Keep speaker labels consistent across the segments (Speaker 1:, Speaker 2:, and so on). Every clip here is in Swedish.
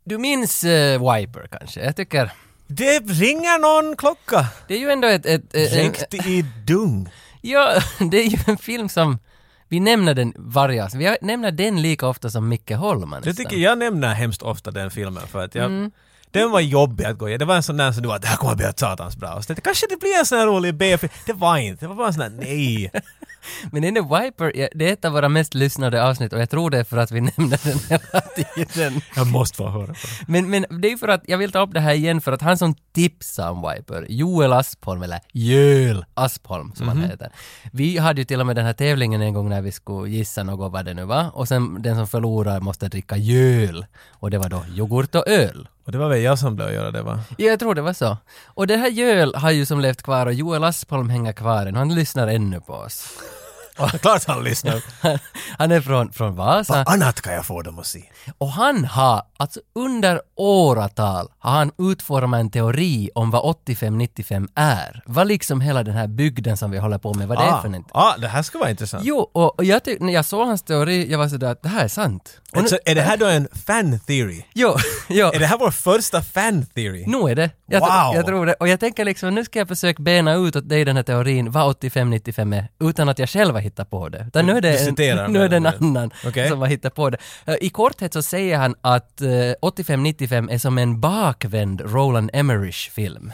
Speaker 1: Du minns Wiper kanske? Jag tycker...
Speaker 2: Det ringer någon klocka.
Speaker 1: Det är ju ändå
Speaker 2: Räckt i dung.
Speaker 1: Ja, det är ju en film som... Vi nämner den varje... Vi nämner den lika ofta som Micke Holman.
Speaker 2: Jag tycker jag nämner hemskt ofta den filmen för att den var jobbig att gå igenom. Det var en sån där som du var, det här kommer att bli ett satans bra. Och så tänkte, kanske det blir en sån här rolig B-film. Det var inte. Det var bara en sån här, nej.
Speaker 1: Men den är Wiper, det är ett av våra mest lyssnade avsnitt och jag tror det är för att vi nämner den hela tiden.
Speaker 2: Jag måste få höra på det.
Speaker 1: Men det är för att jag vill ta upp det här igen för att han som tipsade om Wiper, Joel Aspholm, eller Jöl Aspholm som han heter. Vi hade ju till och med den här tävlingen en gång när vi skulle gissa något vad det nu var. Och sen den som förlorar måste dricka jöl. Och det var då yoghurt och öl.
Speaker 2: Och det var väl jag som blev göra det, va?
Speaker 1: Ja, jag tror det var så. Och det här Jöl har ju som levt kvar och Joel Aspholm hänger kvar än. Han lyssnar ännu på oss.
Speaker 2: Klart han lyssnar.
Speaker 1: Han är från Vasa.
Speaker 2: Vad annat kan jag få dem att se?
Speaker 1: Och han har, alltså under åratal har han utformat en teori om vad 85-95 är. Vad liksom hela den här bygden som vi håller på med, vad det är för något.
Speaker 2: Det här ska vara intressant.
Speaker 1: Jo, och jag tyckte, när jag såg hans teori, jag var sådär att det här är sant. Och
Speaker 2: så är det här då en fan theory?
Speaker 1: Jo.
Speaker 2: Är det här vår första fan theory?
Speaker 1: Nu är det. Jag tror det. Och jag tänker liksom, nu ska jag försöka bena ut åt dig den här teorin, vad 85-95 är, utan att jag själv har hittat på det. Utan nu är det en annan som har hittat på det. I korthet så säger han att 85-95 är som en bakvänd Roland Emmerich-film.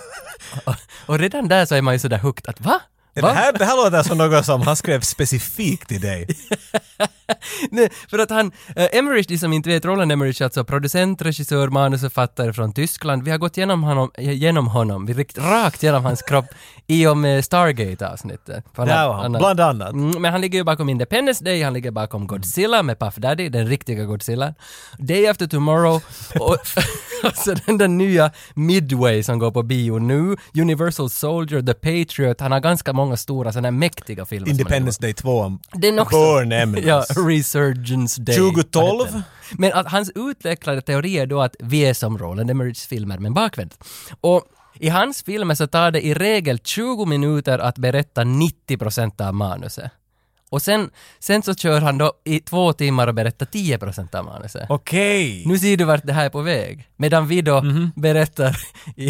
Speaker 1: och redan där så är man ju sådär hooked att va?
Speaker 2: Det här låter som något som han skrev specifikt till dig.
Speaker 1: Nej, för att han, Emmerich, de som inte vet, Roland Emmerich, alltså producent, regissör, manusförfattare från Tyskland. Vi har gått genom honom, vi rikt rakt genom hans kropp i och med Stargate-avsnittet.
Speaker 2: Bland annat.
Speaker 1: Men han ligger ju bakom Independence Day, han ligger bakom Godzilla med Puff Daddy, den riktiga Godzilla. Day After Tomorrow och så den nya Midway som går på bio nu, Universal Soldier, The Patriot, han har ganska många stora sådana mäktiga filmer.
Speaker 2: Independence Day 2.
Speaker 1: Den också. Ja, Resurgence Day.
Speaker 2: 2012.
Speaker 1: Men att hans utvecklade teori är då att vi är som Roland Emmerichs filmer men bakvänt. Och i hans filmer så tar det i regel 20 minuter att berätta 90% av manuset. Och sen så kör han då i 2 timmar och berättar 10% av manuset.
Speaker 2: Okej.
Speaker 1: Nu ser du vart det här är på väg. Medan vi då berättar i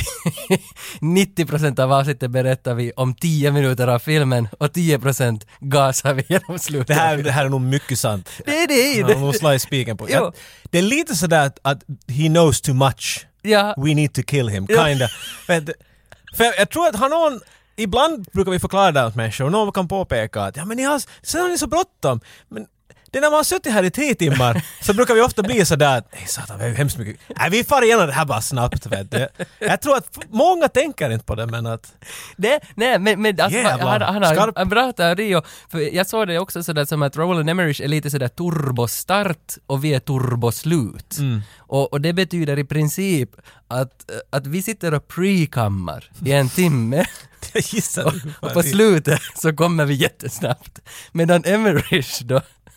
Speaker 1: 90% av avsnittet berättar vi om 10 minuter av filmen och 10% gasar vi genom slutet.
Speaker 2: Det här är nog mycket sant.
Speaker 1: Det är det.
Speaker 2: Han måste slå i spiken på. Det är lite sådär att he knows too much.
Speaker 1: Ja.
Speaker 2: We need to kill him, kinda. För jag tror att han har ibland brukar vi förklara det åt människor och någon kan påpeka att ja men ni har så bråttom. Men det när man har suttit här i 3 timmar så brukar vi ofta bli sådär att nej satan, vi har ju hemskt mycket. Nej, vi far igenom det här bara snabbt, vet du. Jag tror att många tänker inte på det, men att...
Speaker 1: Nej, men alltså, han har en bra teori. För jag såg det också sådär som att Roland Emmerich är lite sådär turbostart och vi är turboslut. Och det betyder i princip att vi sitter och pre-kammar i 1 timme.
Speaker 2: Jag gissar.
Speaker 1: Och på slutet så kommer vi jättesnabbt. Medan Emmerich då...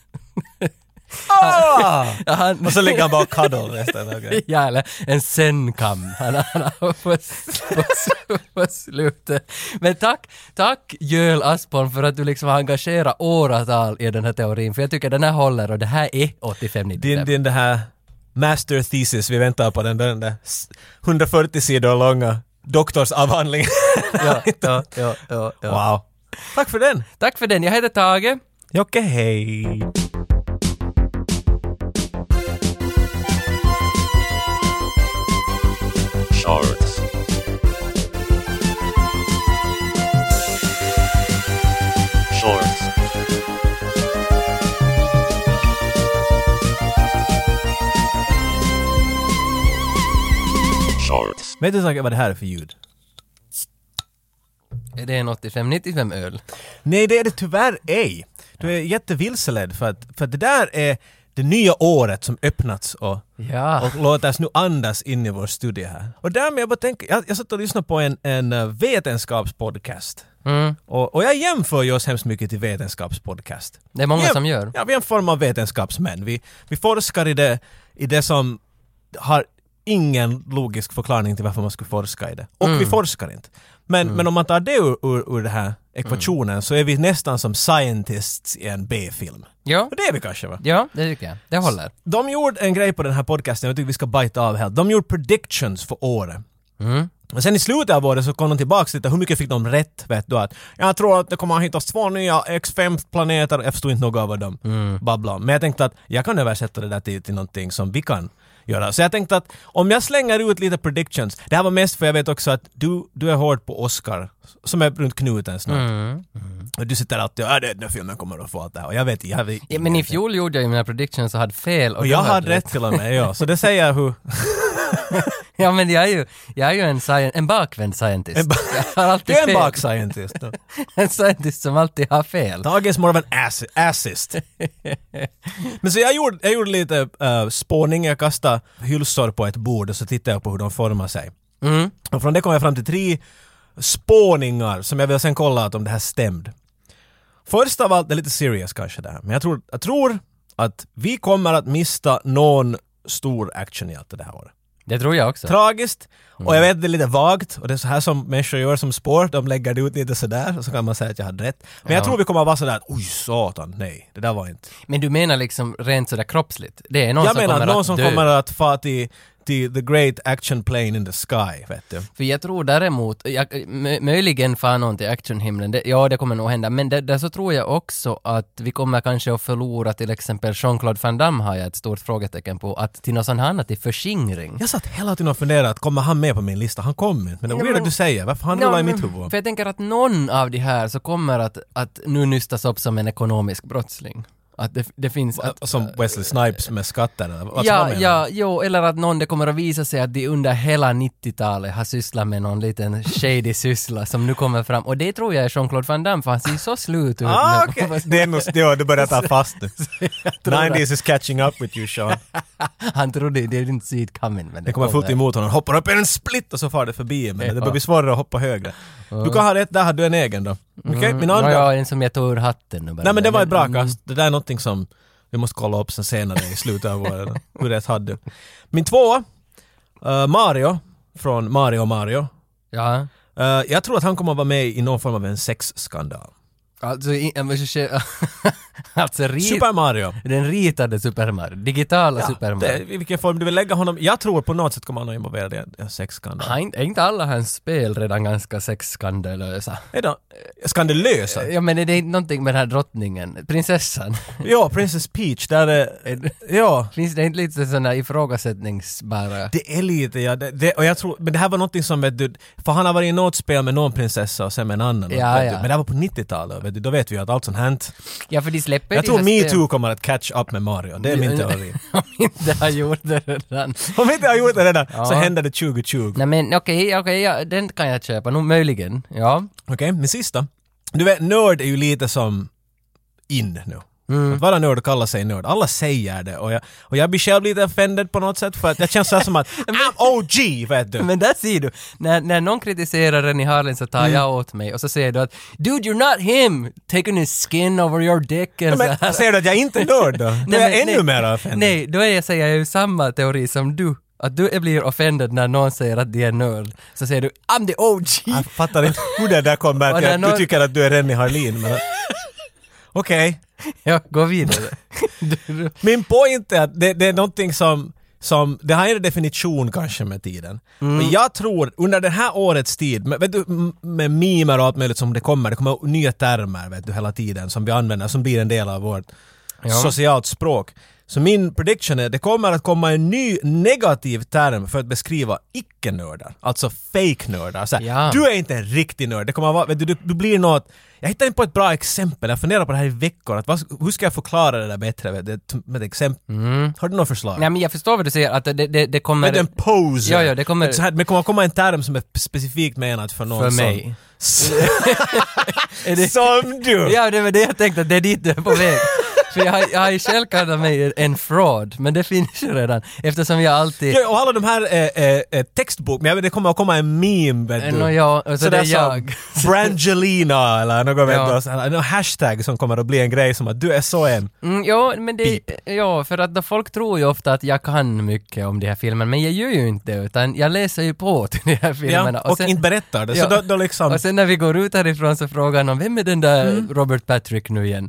Speaker 2: och så ligger han bara och cuddle resten. Okay.
Speaker 1: Ja, eller en senkam. Han har på slutet. Men tack Jöl Aspholm för att du liksom har engagerat åratal i den här teorin. För jag tycker den här håller och det här är 85-95.
Speaker 2: Din det här master thesis, vi väntar på den där 140 sidor långa doktorsavhandlingen.
Speaker 1: Ja.
Speaker 2: Wow. Tack för den. Jag heter Tage.
Speaker 1: Jocke, hej.
Speaker 3: Shorts.
Speaker 2: Vet du vad det här är för ljud?
Speaker 1: Är det en 85-95 öl?
Speaker 2: Nej, det är det tyvärr ej. Du är jättevilseledd för att det där är det nya året som öppnats och låter oss nu andas in i vår studie här. Och därmed jag bara tänker, jag satt och lyssnade på en vetenskapspodcast. Och jag jämför ju oss hemskt mycket till vetenskapspodcast.
Speaker 1: Det är många som gör.
Speaker 2: Ja, vi är en form av vetenskapsmän. Vi forskar i det som har ingen logisk förklaring till varför man skulle forska i det. Och vi forskar inte. Men om man tar det ur det här ekvationen så är vi nästan som scientists i en B-film.
Speaker 1: Ja.
Speaker 2: Och det är vi kanske, va?
Speaker 1: Ja, det tycker jag. Det håller.
Speaker 2: De gjorde en grej på den här podcasten, jag tycker vi ska bita av helt. De gjorde predictions för året. Och sen i slutet av året så kom de tillbaka lite, hur mycket fick de rätt, vet du, att jag tror att det kommer att hittas 2 nya X5-planeter, jag förstod inte något av vad de babblade om. Men jag tänkte att jag kan översätta det där till någonting som vi kan göra. Så jag tänkte att om jag slänger ut lite predictions, det här var mest för jag vet också att du är hård på Oscar, som är runt knuten snart. Och du sitter alltid och den filmen kommer att få allt det här. Och jag vet
Speaker 1: men i fjol gjorde jag ju mina predictions och hade fel.
Speaker 2: Och jag hade rätt till och med, ja. Så det säger jag hur...
Speaker 1: Ja, men jag är ju en bakvänd scientist. Jag har alltid
Speaker 2: du är en bakscientist.
Speaker 1: En scientist som alltid har fel.
Speaker 2: Tage är more of an assist. Men så jag gjorde lite spåning. Jag kastade hylsor på ett bord och så tittade jag på hur de formar sig. Och från det kom jag fram till 3 spåningar som jag vill sen kolla att om det här stämde. Först av allt, det är lite serious kanske det här. Men jag tror att vi kommer att mista någon stor action i allt det här året.
Speaker 1: Det tror jag också.
Speaker 2: Tragiskt. Och jag vet det är lite vagt. Och det är så här som människor gör som sport. De lägger det ut lite sådär. Och så kan man säga att jag hade rätt. Men jag tror vi kommer att vara sådär att oj satan, nej. Det där var inte.
Speaker 1: Men du menar liksom rent sådär kroppsligt? Det är någon
Speaker 2: jag menar någon som kommer att få till the great action plane in the sky, vet du.
Speaker 1: För jag tror däremot, möjligen får någon till actionhimlen, det kommer nog hända, men där så tror jag också att vi kommer kanske att förlora till exempel Jean-Claude Van Damme har jag ett stort frågetecken på, att till något sånt här annat, till förskingring.
Speaker 2: Jag satt hela tiden och funderade att kommer han med på min lista? Han kommer inte, men det är weird att du säger, varför han rullar i mitt huvud?
Speaker 1: För jag tänker att någon av de här så kommer att nu nystas upp som en ekonomisk brottsling. Att det finns...
Speaker 2: som Wesley Snipes med skatter?
Speaker 1: Eller att någon, det kommer att visa sig att de under hela 90-talet har sysslat med någon liten shady syssla som nu kommer fram. Och det tror jag är Jean-Claude Van Damme, för han ser så slut ut.
Speaker 2: Okay. Det är nog, du börjar ta fast det. 90s is catching up with you, Sean.
Speaker 1: Han trodde, det didn't see it coming. Men
Speaker 2: det kommer fullt emot honom, hoppar upp i en split och så far det förbi. Men det börjar bli svårare att hoppa högre. Du kan ha rätt, där har du en egen då. Okay? Min andra...
Speaker 1: Ja, en som jag tog ur hatten nu bara.
Speaker 2: Nej, men det var ett bra kast. Det där är någonting som vi måste kolla upp sen senare i slutet av året. Hur rätt hade du? Min 2, Mario från Mario.
Speaker 1: Ja.
Speaker 2: Jag tror att han kommer att vara med i någon form av en sexskandal.
Speaker 1: Alltså
Speaker 2: Super Mario.
Speaker 1: Den ritade Super Mario. Digitala Super Mario.
Speaker 2: I vilken form du vill lägga honom. Jag tror på något sätt kommer han att involvera i en sexskandal.
Speaker 1: Är inte alla hans spel redan ganska sexskandalösa?
Speaker 2: Skandalösa?
Speaker 1: Ja, men det är någonting med den här drottningen. Prinsessan.
Speaker 2: Ja, Princess Peach. Där är... ja.
Speaker 1: Finns det inte lite sådana ifrågasättningsbara?
Speaker 2: Det är lite, ja. Och jag tror... Men det här var någonting som... För han har varit i något spel med någon prinsessa och sen med en annan.
Speaker 1: Ja.
Speaker 2: Men det här var på 90-talet. Då vet vi att allt sånt hänt.
Speaker 1: Ja, för de släpper...
Speaker 2: Jag tror Me Too kommer att catch up med Mario. Det är min teori.
Speaker 1: Om inte har gjort det redan.
Speaker 2: Så händer det 2020.
Speaker 1: Nej, men okej, den kan jag köpa. Nog möjligen, ja.
Speaker 2: Okej, min sista. Du vet, nörd är ju lite som in nu. Att vara nörd och kalla sig nörd. Alla säger det. Och jag blir själv lite offended på något sätt. För att jag känns så som att I'm OG, vet du.
Speaker 1: Men där ser du. När någon kritiserar den i Harlem så tar jag åt mig. Och så säger du att dude, you're not him. Taking his skin over your dick.
Speaker 2: Men säger du att jag inte är nörd då? Då är jag ännu mer offended.
Speaker 1: Nej, då säger jag ju samma teori som du. Att du blir offended när någon säger att de är nörd. Så säger du, I'm the OG.
Speaker 2: Jag fattar inte hur det där kommer att du tycker att du är Rennie Harlin. Men... Okej.
Speaker 1: Ja, gå vidare.
Speaker 2: Min point är att det är någonting som det här är en definition kanske med tiden. Men jag tror under det här årets tid, vet du, med mimer och allt möjligt som det kommer nya termer, vet du, hela tiden som vi använder, som blir en del av vårt socialt språk. Så min prediction är att det kommer att komma en ny negativ term för att beskriva icke-nördar. Alltså fake-nördar. Du är inte en riktig nörd. Det kommer att vara, du blir något... Jag hittar inte på ett bra exempel. Jag funderar på det här i veckor. Hur ska jag förklara det där bättre med ett exempel? Har du något förslag?
Speaker 1: Nej, men jag förstår vad du säger. Att det kommer...
Speaker 2: Med en pose.
Speaker 1: Ja, det kommer...
Speaker 2: Så här, det kommer att komma en term som är specifikt menad för någon.
Speaker 1: För mig.
Speaker 2: Som du!
Speaker 1: Ja, det var det jag tänkte. Att det är dit du är på väg. För jag har ju själv kallat mig en fraud, men det finns ju redan. Eftersom jag alltid...
Speaker 2: Ja, och alla de här textbok, men det kommer att komma en meme, vet du.
Speaker 1: Ja, och så det är jag.
Speaker 2: Brangelina eller något, vet du. En hashtag som kommer att bli en grej som att du är så en...
Speaker 1: Ja, men det... Ja, för att folk tror ju ofta att jag kan mycket om de här filmerna, men jag gör ju inte det, utan jag läser ju på till de här filmerna.
Speaker 2: Ja, och sen, inte berättar det. Ja. Så då liksom...
Speaker 1: Och sen när vi går ut härifrån så frågar någon, vem är den där Robert Patrick nu igen?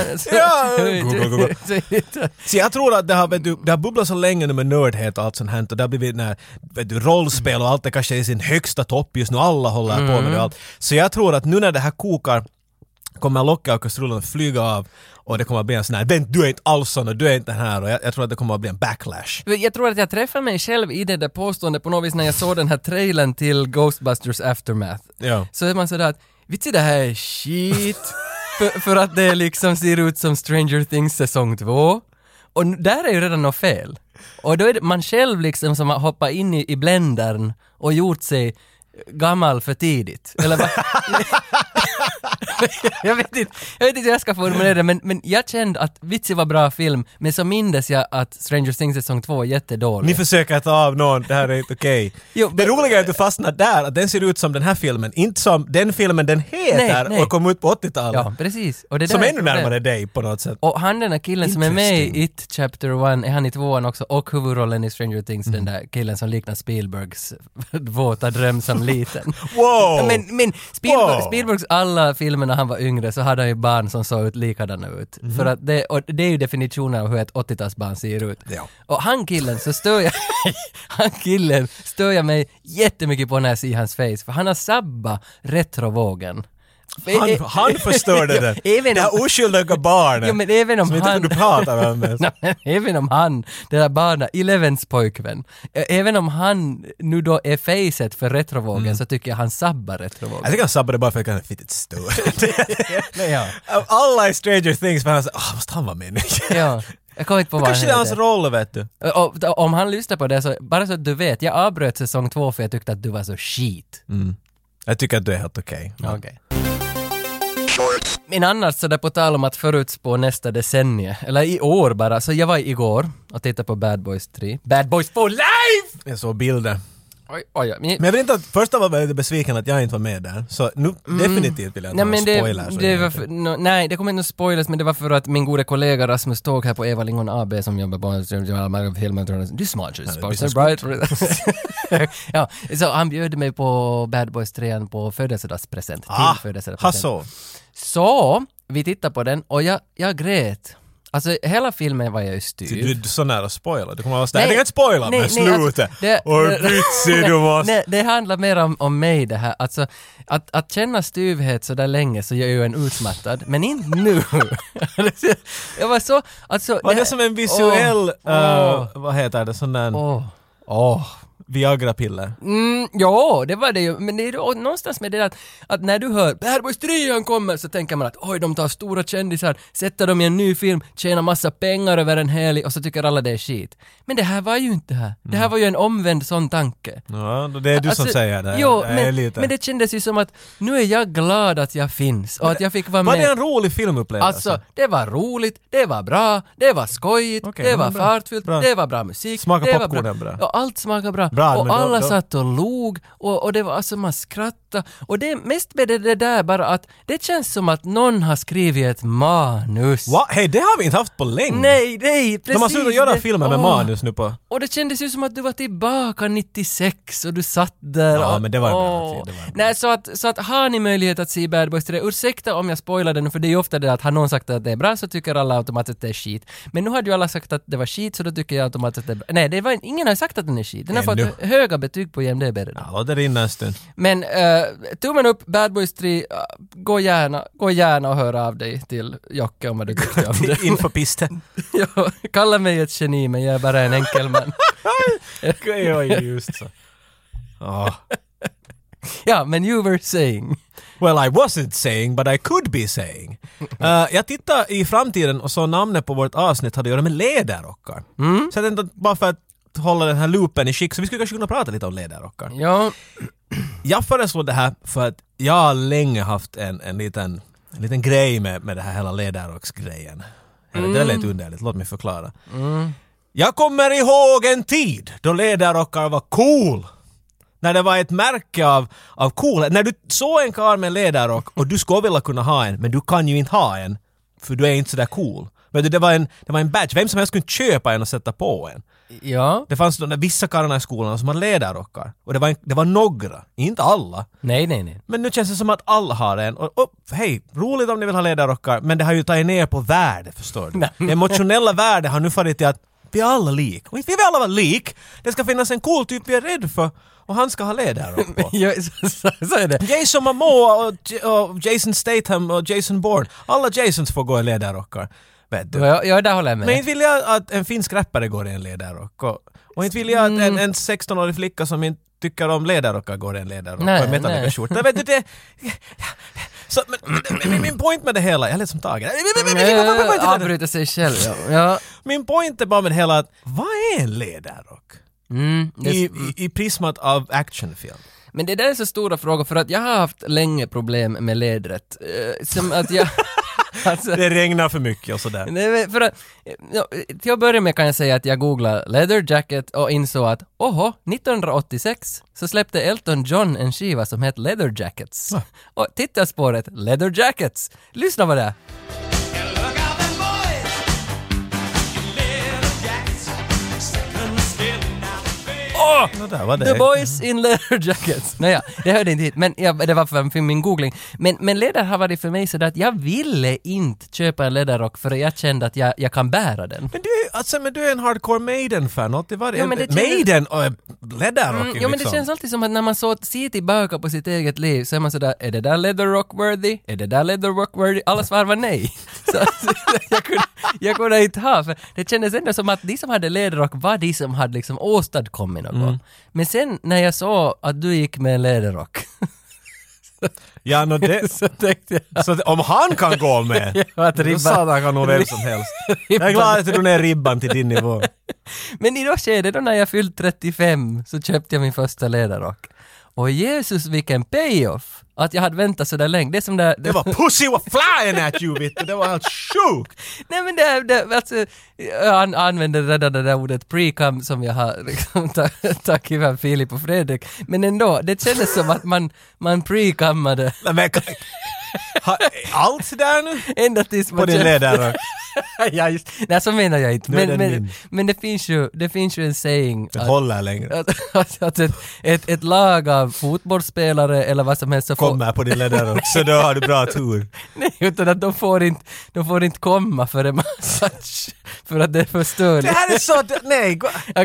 Speaker 2: Så jag tror att det har bubblat så länge nu med nördhet och allt sånt här, och det har blivit rollspel och allt det kanske är i sin högsta topp just nu, alla håller på med det och allt. Så jag tror att nu när det här kokar kommer locka och kastrullen att flyga av och det kommer att bli en sån här, du är inte alls sån och du är inte här, och jag tror att det kommer att bli en backlash.
Speaker 1: Jag tror att jag träffade mig själv i det där påståendet på något vis när jag såg den här trailern till Ghostbusters Aftermath.
Speaker 2: Ja.
Speaker 1: Så är man sådär att, vet du, det här är shit för att det liksom ser ut som Stranger Things säsong 2. Och där är ju redan något fel. Och då är det man själv liksom som har hoppat in i bländern och gjort sig gammal för tidigt. Eller vad? jag vet inte hur jag ska formulera det, men jag kände att Vitsi var bra film, men så mindes jag att Stranger Things säsong 2 är jättedålig.
Speaker 2: Ni försöker ta av någon, det här är inte okej. Det roliga är att du fastnar där, att den ser ut som den här filmen, inte som den filmen den heter nej. Och kom ut på 80-talet.
Speaker 1: Ja, precis. Och det
Speaker 2: som ännu närmare dig på något sätt.
Speaker 1: Och han den här killen som är med i It Chapter 1, är han i 2:an också, och huvudrollen i Stranger Things, den där killen som liknar Spielbergs våta dröm som liten.
Speaker 2: Wow!
Speaker 1: Men Spielbergs alla filmer när han var yngre så hade han ju barn som såg ut likadana ut. För att det är ju definitionen av hur ett 80-talsbarn ser ut. Ja. Och han killen stör jag mig jättemycket på när jag ser hans face, för han har sabbat retrovågen.
Speaker 2: Han förstörde det. Det här oskyldiga barnet.
Speaker 1: Jo, men även om
Speaker 2: som
Speaker 1: han...
Speaker 2: inte kunde prata med
Speaker 1: även om han, det där barnet, Elevens pojkvän, även om han nu då är facet för retrovågen så tycker jag han sabbar retrovågen.
Speaker 2: Jag tycker han sabbar det bara för att han är fittigt störd. Alla i Stranger Things, för han säger, måste han vara med?
Speaker 1: Ja. Jag kommer inte på vad
Speaker 2: kanske det är hans roll, vet du.
Speaker 1: Och om han lyssnar på det så, bara så att du vet, jag avbröt säsong 2 för jag tyckte att du var så skit.
Speaker 2: Jag tycker att du är helt okej.
Speaker 1: Okej. Men annars så där på tal om att förutspå nästa decennie, eller i år bara, så jag var igår och tittade på Bad Boys 3. Bad Boys for life!
Speaker 2: Jag såg bilder.
Speaker 1: Oj,
Speaker 2: men jag vet inte att första var väldigt besviken att jag inte var med där. Så nu definitivt vill jag inte ha spoilers.
Speaker 1: Nej, det kommer inte några spoilers, men det var för att min gode kollega Rasmus Tåg här på Eva Lingon AB som jobbar på filmen This much is right? Ja, så han bjöd mig på Bad Boys 3 på födelsedagspresent. Så vi tittade på den och jag grät. Alltså hela filmen var jag ju styrd.
Speaker 2: Du är så nära att spoila. Du kommer att vara inte spoila, men sluta.
Speaker 1: Det handlar mer om mig det här. Alltså, att känna styvhet så där länge så jag är ju en utmattad. Men inte nu. Jag var så... Alltså,
Speaker 2: var det som en visuell... vad heter det? Sån där... Viagra-piller.
Speaker 1: Ja, det var det ju. Men det är någonstans med det att när du hör Bad Boys 3 kommer så tänker man att oj, de tar stora kändisar, sätter dem i en ny film, tjänar massa pengar över en helg och så tycker alla det är skit. Men det här var ju inte det här. Det här var ju en omvänd sån tanke.
Speaker 2: Ja, det är du som säger det.
Speaker 1: Jo, men det kändes ju som att nu är jag glad att jag finns och att jag fick vara med.
Speaker 2: Var det en rolig filmupplevelse?
Speaker 1: Alltså, det var roligt, det var bra, det var skojigt, det var fartfyllt, det var bra musik.
Speaker 2: Smaka popcornen bra.
Speaker 1: Ja, allt smakade bra. Och alla satt och log och det var alltså man skrattade och det är mest med det där bara att det känns som att någon har skrivit ett manus.
Speaker 2: Va? Hej, det har vi inte haft på länge.
Speaker 1: Nej, precis.
Speaker 2: De har slutat göra filmer med manus nu på.
Speaker 1: Och det kändes ju som att du var tillbaka 96 och du satt där.
Speaker 2: Ja, men det var bra.
Speaker 1: Nej, så att har ni möjlighet att se Bad Boys 3, ursäkta om jag spoilar den, för det är ju ofta det att har någon sagt att det är bra så tycker alla automatiskt att det är skit. Men nu hade ju alla sagt att det var skit så då tycker jag automatiskt att det är bra. Nej, ingen har sagt att den är skit. Den har fått höga betyg på IMDb redan.
Speaker 2: Ja, det rinner en stund.
Speaker 1: Men tummen upp, Bad Boys 3, gå gärna och höra av dig till Jocke om vad du tyckte om det.
Speaker 2: Inför pisten.
Speaker 1: Ja, kalla mig ett geni, men jag är bara en enkel man.
Speaker 2: Ja, just så.
Speaker 1: Ja, men you were saying.
Speaker 2: Well, I wasn't saying, but I could be saying. Jag tittade i framtiden och så namnet på vårt avsnitt hade att göra med läderrockar. Så jag tänkte bara för att hålla den här loopen i skick, så vi skulle kanske kunna prata lite om läderrockar.
Speaker 1: Ja.
Speaker 2: Jag föreslår det här för att jag har länge haft en liten grej med det här hela läderrocksgrejen. Det lät underligt, låt mig förklara. Jag kommer ihåg en tid då läderrockar var cool. När det var ett märke av coolhet. När du såg en karl med en läderrock och du skulle vilja kunna ha en, men du kan ju inte ha en för du är inte så där cool. Men det var en badge. Vem som helst kunde köpa en och sätta på en.
Speaker 1: Ja.
Speaker 2: Det fanns vissa karlarna i skolan som hade läderrockar. Och det var några, inte alla.
Speaker 1: Nej. Men
Speaker 2: nu känns det som att alla har en. Och hej, roligt om ni vill ha läderrockar, men det har ju tagit ner på värde, förstår du. Det emotionella värde har nu farit till att vi är alla lik. Och inte vi vill alla vara lik. Det ska finnas en cool typ vi är rädd för. Och han ska ha läderrock på.
Speaker 1: Ja, så är det.
Speaker 2: Jason Momoa och Jason Statham och Jason Bourne. Alla Jasons får gå i läderrockar. Vet du?
Speaker 1: Ja, där håller jag med.
Speaker 2: Men inte vill jag att en finsk rappare går i en läderrock. Och inte vill jag att en 16-årig flicka som inte tycker om läderrockar går i en läderrock. Nej, och en Metallica-skjorta. Vet du det? Så, men min point med det hela, jag är lite som taget.
Speaker 1: Avbryter sig själv, ja.
Speaker 2: Min point är bara med det hela att vad är en läderrock? I prismat av actionfilm.
Speaker 1: Men det där är så stora frågor för att jag har haft länge problem med lädret. Som att jag...
Speaker 2: Alltså, det regnar för mycket och sådär.
Speaker 1: Nej, för att, till att börja med kan jag säga att jag googlade leather jacket och insåg att 1986 så släppte Elton John en skiva som heter Leather Jackets. Och titelspåret Leather Jackets. Lyssna på det. The Boys in Leather Jackets. Naja, det hörde inte hit, men det var för min googling. Men läder har varit för mig så att jag ville inte köpa en läderrock för jag kände att jag kan bära den.
Speaker 2: Men du är en hardcore Maiden-fan. Maiden och läderrock.
Speaker 1: Ja, men det känns alltid som att när man ser tillbaka på sitt eget liv så är man sådär, är det där leatherrock-worthy? Är det där leatherrock-worthy? Alla svar var nej. Så jag kunde inte ha, för det kändes ändå som att de som hade läderrock var de som hade liksom åstadkommit något. Men sen när jag såg att du gick med en läderrock
Speaker 2: ja, det så tänkte jag. Så om han kan gå med då sa han kan nog vem som helst. Jag är glad att du ner ribban till din nivå.
Speaker 1: Men i då skedet då när jag fyllt 35 så köpte jag min första läderrock. Och Jesus, vilken payoff! Att jag hade väntat så där länge. Det som där...
Speaker 2: Det var pussy was flying at you, vet du. Det var helt sjukt!
Speaker 1: Nej, men det alltså... Jag använder redan det där ordet pre-cum som jag har liksom tack Ivan, Filip och Fredrik. Men ändå, det kändes som att man pre-cummade.
Speaker 2: Allt där nu?
Speaker 1: Ända tills man...
Speaker 2: På din läderrock.
Speaker 1: Ja, just, nej, så menar jag inte. Men det finns ju en saying
Speaker 2: det håller längre.
Speaker 1: Att ett lag av fotbollsspelare eller vad som helst så
Speaker 2: kommer på din läderrock, så då har du bra tur.
Speaker 1: Nej, utan att de får inte komma för en massa för att det är för störligt.
Speaker 2: Det här är så... Nej.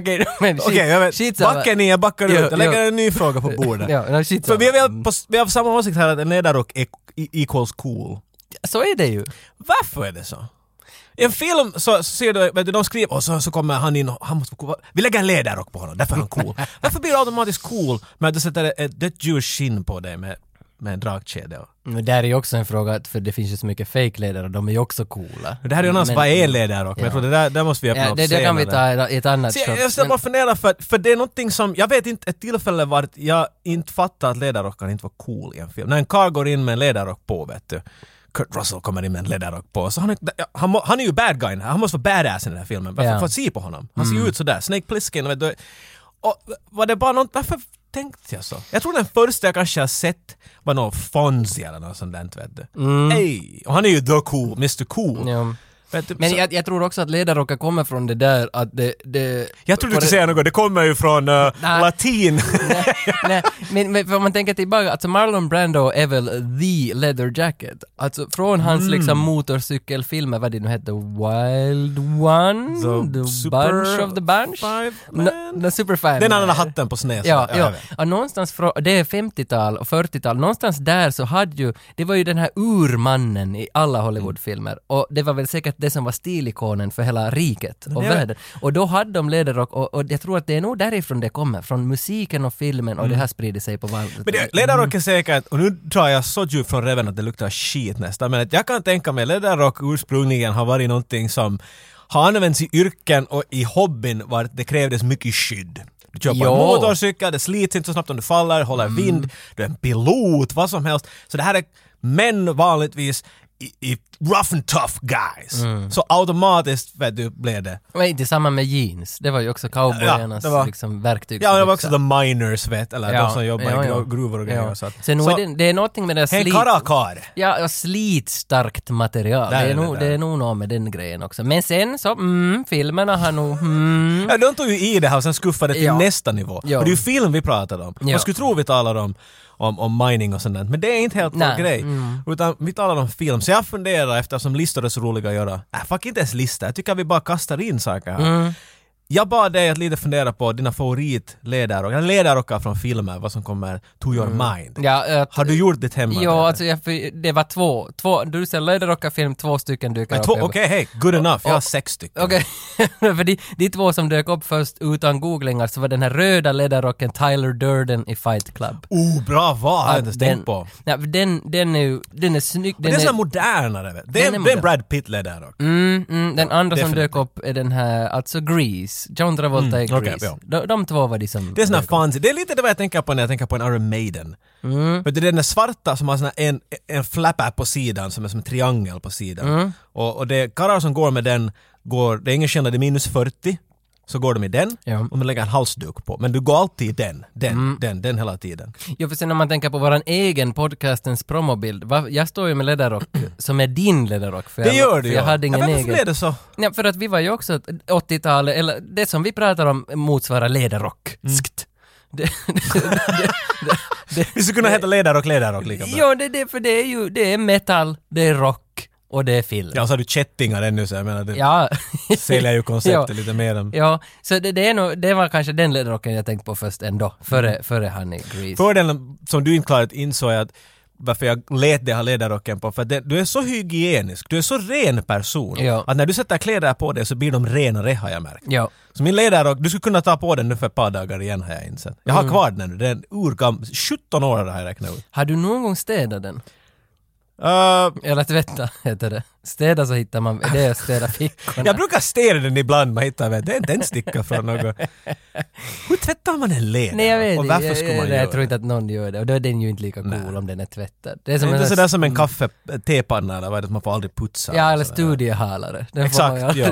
Speaker 2: Okej, backar ut. Jag lägger en ny fråga på bordet. För vi har samma åsikt här att en läderrock är equals cool.
Speaker 1: Så är det ju.
Speaker 2: Varför är det så? I en film så ser du, vet du, de skriver och så kommer han in och han måste vara cool. Vi lägger en läderrock på honom, därför är han cool. Varför blir det automatiskt cool med att du sätter ett dött djurs skinn på dig med en dragkedja?
Speaker 1: Men där är ju också en fråga, för det finns ju så mycket fake-läder och de är ju också coola.
Speaker 2: Det här är ju annars vad är läderrock, men jag tror det där måste vi öppna upp senare.
Speaker 1: Det kan vi ta i ett annat shot.
Speaker 2: Jag ska bara fundera för det är någonting som, jag vet inte ett tillfälle var jag inte fattar att läderrockar inte var cool i en film. När en karl går in med en läderrock på, vet du. Kurt Russell kommer in med en läderrock på. Så han är ju bad guy. Han måste vara badass i den här filmen. Varför får se på honom? Han ser ju ut sådär. Snake Plissken. Och var det bara något... Varför tänkte jag så? Jag tror den första jag kanske har sett var någon Fonzie eller något sånt där, vet du. Hey. Och han är ju the cool, Mr. Cool.
Speaker 1: Ja. Men jag tror också att läderrockar kommer från det där att det
Speaker 2: jag tror du inte säga något, det kommer ju från latin.
Speaker 1: Nej, men för man tänker tillbaka, alltså Marlon Brando är väl the leather jacket. Alltså från hans liksom motorcykelfilmer, vad det nu heter, Wild One, The Bunch of the Bunch. The Super Five.
Speaker 2: Den andra hatten på snäsen.
Speaker 1: Ja. Och någonstans det är 50-tal och 40-tal. Någonstans där så hade ju, det var ju den här urmannen i alla Hollywoodfilmer. Och det var väl säkert det som var stilikonen för hela riket och världen. Och då hade de läderrock och jag tror att det är nog därifrån det kommer. Från musiken och filmen och det här sprider sig på varvet.
Speaker 2: Men läderrock är säkert, och nu drar jag så djupt från reven att det luktar skit nästan, men att jag kan tänka mig läderrock ursprungligen har varit någonting som har använts i yrken och i hobbyn var det krävdes mycket skydd. Du kör på en motorcykel, det slits inte så snabbt om du faller, håller vind, du är en pilot, vad som helst. Så det här är män vanligtvis i rough and tough guys. Så automatiskt vet du blev det.
Speaker 1: Men inte samma med jeans. Det var ju också cowboyarnas liksom verktyg.
Speaker 2: Ja, det var också the miners vet eller de som jobbar i gruvor och grejer så.
Speaker 1: Sen så, det är någonting med det slitstarkt material. Det är nog något med den grejen också. Men sen så filmerna har nog
Speaker 2: Ja, de tog ju i det här och sen skuffade till nästa nivå. Ja. Och det är ju film vi pratar om. Man skulle tro vi talar om mining och sånt där. Men det är inte helt vår grej. Utan vi talar om film. Så jag funderar eftersom listor är så roliga att göra. Fuck inte ens listor. Jag tycker att vi bara kastar in saker här. Jag bad dig att lite fundera på dina favoritledarrockar från filmer, vad som kommer to your mind. Ja, har du gjort ditt hemma?
Speaker 1: Ja, alltså det var två du ser ledarrockarfilm, 2 stycken dyker upp.
Speaker 2: Okej, hej, good enough. Jag har 6 stycken.
Speaker 1: Okej, för de 2 som dök upp först utan googlingar så var den här röda ledarrocken Tyler Durden i Fight Club.
Speaker 2: Bra val, har jag inte tänkt på.
Speaker 1: Ja, den är snygg.
Speaker 2: Den är så modernare. Det är en Brad Pitt ledarrock.
Speaker 1: Den andra som dök upp är den här, alltså Grease. John Travolta i Grease. Okay, de 2 var som...
Speaker 2: Det är såna fancy. Det är lite det vad jag tänker på när jag tänker på en Iron Maiden. Men det är den där svarta som har såna en flapper på sidan som är som en triangel på sidan. Och det karlar som går med den det är ingen skillnad, det är minus 40. Så går de i den och man lägger en halsduk på. Men du går alltid i den hela tiden.
Speaker 1: Ja, för sen när man tänker på våran egen podcastens promobild. Jag står ju med ledarrock som är din ledarrock.
Speaker 2: Det gör du,
Speaker 1: jag hade ingen egen.
Speaker 2: Varför blev det så?
Speaker 1: Ja, för att vi var ju också 80-talet, eller det som vi pratar om motsvarar ledarrock.
Speaker 2: Vi skulle kunna heta ledarrock lika bra.
Speaker 1: Ja, för det är metal, det är rock. Och det är film.
Speaker 2: Ja, så har du kättingar ännu så jag menar det säljer ju konceptet lite mer än...
Speaker 1: Ja, så det var kanske den ledarrocken jag tänkte på först ändå, före Honey Grease.
Speaker 2: Fördelen som du inte klart insåg att varför jag lät det ha ledarrocken på, för att du är så hygienisk, du är så ren person att när du sätter kläder på det så blir de renare har jag märkt. Ja. Så min ledarrock, du skulle kunna ta på den nu för ett par dagar igen har jag insett. Jag har kvar den nu, den är urgammal, 17 år har jag räknat ut.
Speaker 1: Har du någon gång städat den? Eller tvätta heter det. Städa så hittar man, det är att städa fickorna.
Speaker 2: Jag brukar städa den ibland, man hittar den stickar från något. Hur tvättar man en leder?
Speaker 1: Nej, jag vet
Speaker 2: och varför ska man göra det?
Speaker 1: Jag tror inte att någon gör det. Och då är den ju inte lika cool om den är tvättad.
Speaker 2: Det är som inte sådär som en tepanna eller vad det, man får aldrig putsa.
Speaker 1: Ja, eller studiehalare.
Speaker 2: Exakt, ja.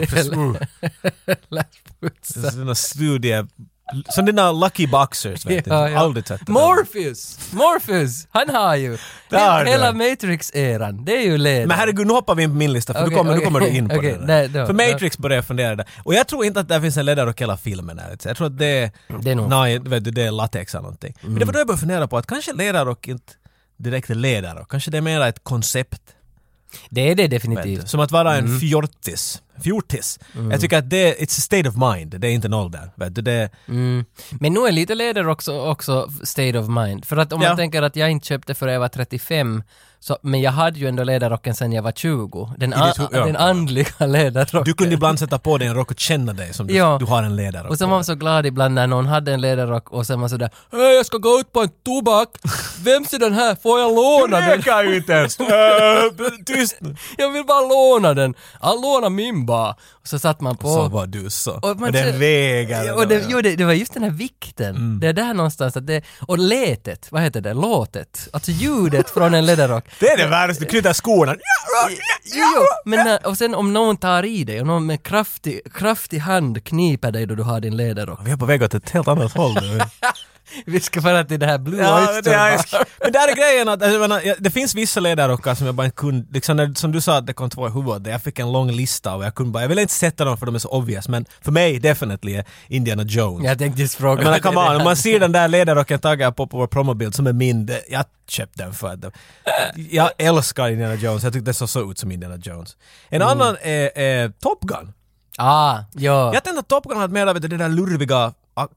Speaker 1: Putsa.
Speaker 2: Sådana som dina Lucky Boxers, vet du. Aldrig sett det.
Speaker 1: Morpheus! Han har ju hela Matrix-eran. Det är ju ledare.
Speaker 2: Men herregud, nu hoppar vi in på min lista, för nu kommer du in på det där. För Matrix börjar jag fundera där. Och jag tror inte att det finns en ledarrock hela filmen här. Jag tror att det är latex eller någonting. Men det var då jag började fundera på att kanske ledarrock inte direkt är ledarrock. Kanske det är mer ett koncept.
Speaker 1: Det är det definitivt.
Speaker 2: Som att vara en fjortis. Jag tycker att it's a state of mind. Det är inte en ålder.
Speaker 1: Men nu är lite leder också state of mind. För att om man tänker att jag inte köpte för jag var 35 men jag hade ju ändå ledarrocken sedan jag var 20. Den andliga ledarrocken.
Speaker 2: Du kunde ibland sätta på dig en rock och känna dig som du har en ledarrock.
Speaker 1: Och så var man så glad ibland när någon hade en ledarrock och sen var sådär, hej, jag ska gå ut på en tobak. Vems är den här? Får jag låna den?
Speaker 2: Du kan ju inte ens. Tyst.
Speaker 1: Jag vill bara låna den. I'll låna min bara. Och så satt man på.
Speaker 2: Så var du så. Och den väger.
Speaker 1: Det var just den här vikten. Det är där någonstans. Och letet, vad heter det? Låtet. Alltså ljudet från en ledarrock.
Speaker 2: Det är det värsta, du knyter skorna.
Speaker 1: Men och sen om någon tar i dig och någon med kraftig hand kniper dig då du har din ledarrock.
Speaker 2: Vi är på väg åt ett helt annat håll nu.
Speaker 1: Vi ska föra till det här Blue Oyster.
Speaker 2: Men där är grejen att det finns vissa ledarrockar som jag bara inte kunde, liksom som du sa att det kom 2 i huvudet, jag fick en lång lista och jag ville inte sätta dem för de är så obvious, men för mig definitively är Indiana Jones.
Speaker 1: Jag tänkte just fråga.
Speaker 2: Men om man ser den där ledarrocken taggad på vår promobild som är min, jag köpte den för att jag älskar Indiana Jones, jag tyckte det så ut som Indiana Jones. En annan är Top Gun.
Speaker 1: Ja.
Speaker 2: Jag tänkte att Top Gun hade mer av det där lurviga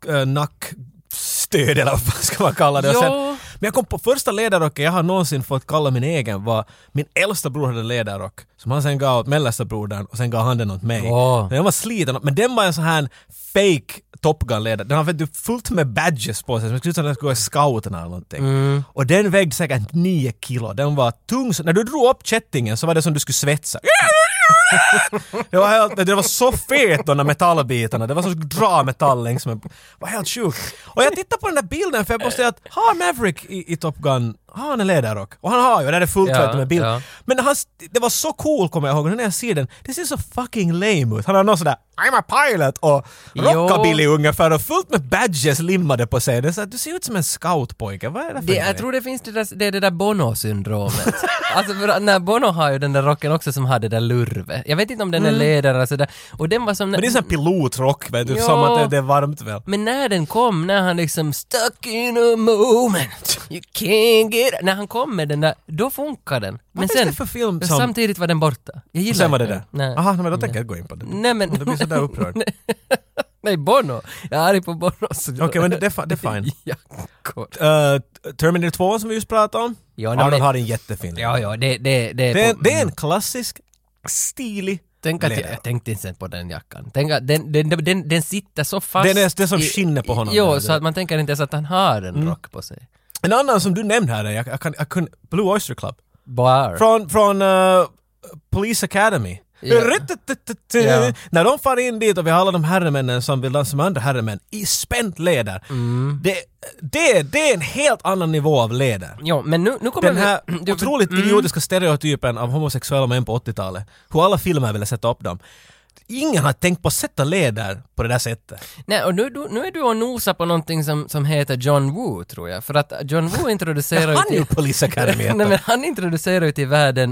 Speaker 2: stöd eller vad ska man kalla det. Men jag kom på första ledarrocken jag har någonsin fått kalla min egen var min äldsta bror hade en ledarrock som han sen gav åt mellersta brodern och sen gav han den åt mig. Den var sliten, men den var en sån här fake Top Gun-ledare. Den har fullt med badges på sig som skulle ut som att gå i scouten eller någonting. Och den vägde säkert 9 kilo. Den var tung. När du drog upp kättingen så var det som du skulle svetsa. Det var så fet de där metallbitarna. Det var som att dra metall längs med. Det var helt sjukt. Och jag tittar på den där bilden för jag måste säga att har Maverick i Top Gun, har han en ledarrock? Och han har ju, det är fullt med bild. Ja. Men det var så cool, kommer jag ihåg, när jag ser den. Det ser så fucking lame ut. Han har någon sådär I'm a pilot och rockabilly ungefär och fullt med badges limmade på sig. Det är så att du ser ut som en scoutpojke. Vad är det för
Speaker 1: jag tror det finns det där Bono-syndromet. Alltså när Bono har ju den där rocken också som hade det där lurve. Jag vet inte om den är ledare och sådär. Och den var som...
Speaker 2: Men det är sån pilotrock, vet du, som att det är varmt väl.
Speaker 1: Men när den kom, när han liksom stuck in a moment, you can't get... När han kom med den där, då funkar den. Men sen,
Speaker 2: för film som...
Speaker 1: samtidigt var den borta. Jag gillar
Speaker 2: sen var det där. Aha, men då tänker jag gå in på det.
Speaker 1: Nej, men...
Speaker 2: Det blir sådär upprörd.
Speaker 1: Nej, Bono. Jag är arg på Bono.
Speaker 2: Okej, men det är fine.
Speaker 1: Ja,
Speaker 2: Terminator 2 som vi just pratade om.
Speaker 1: Ja,
Speaker 2: Arnold har en jättefin.
Speaker 1: Ja, det
Speaker 2: är en klassisk, stilig
Speaker 1: jag tänkte inte på den jackan. Den sitter så fast.
Speaker 2: Det är som skinner på honom.
Speaker 1: Jo, så att man tänker inte ens att han har en rock på sig.
Speaker 2: En annan som du nämnde här, jag kunde Blue Oyster Club.
Speaker 1: Bar.
Speaker 2: Från Police Academy. Yeah. När de far in dit och vi har alla de herremännen som vill dansa med andra herremän i spänt leder. Det är en helt annan nivå av leder.
Speaker 1: Ja, men nu kommer
Speaker 2: den här otroligt idiotiska stereotypen av homosexuella män på 80-talet. Hur alla filmer ville sätta upp dem. Ingen har tänkt på att sätta leder på det där sättet.
Speaker 1: Nej, och nu är du och nosar på någonting som heter John Woo, tror jag. För att John Woo introducerar
Speaker 2: han är ju Police Academy.
Speaker 1: Nej, men han introducerar ju till världen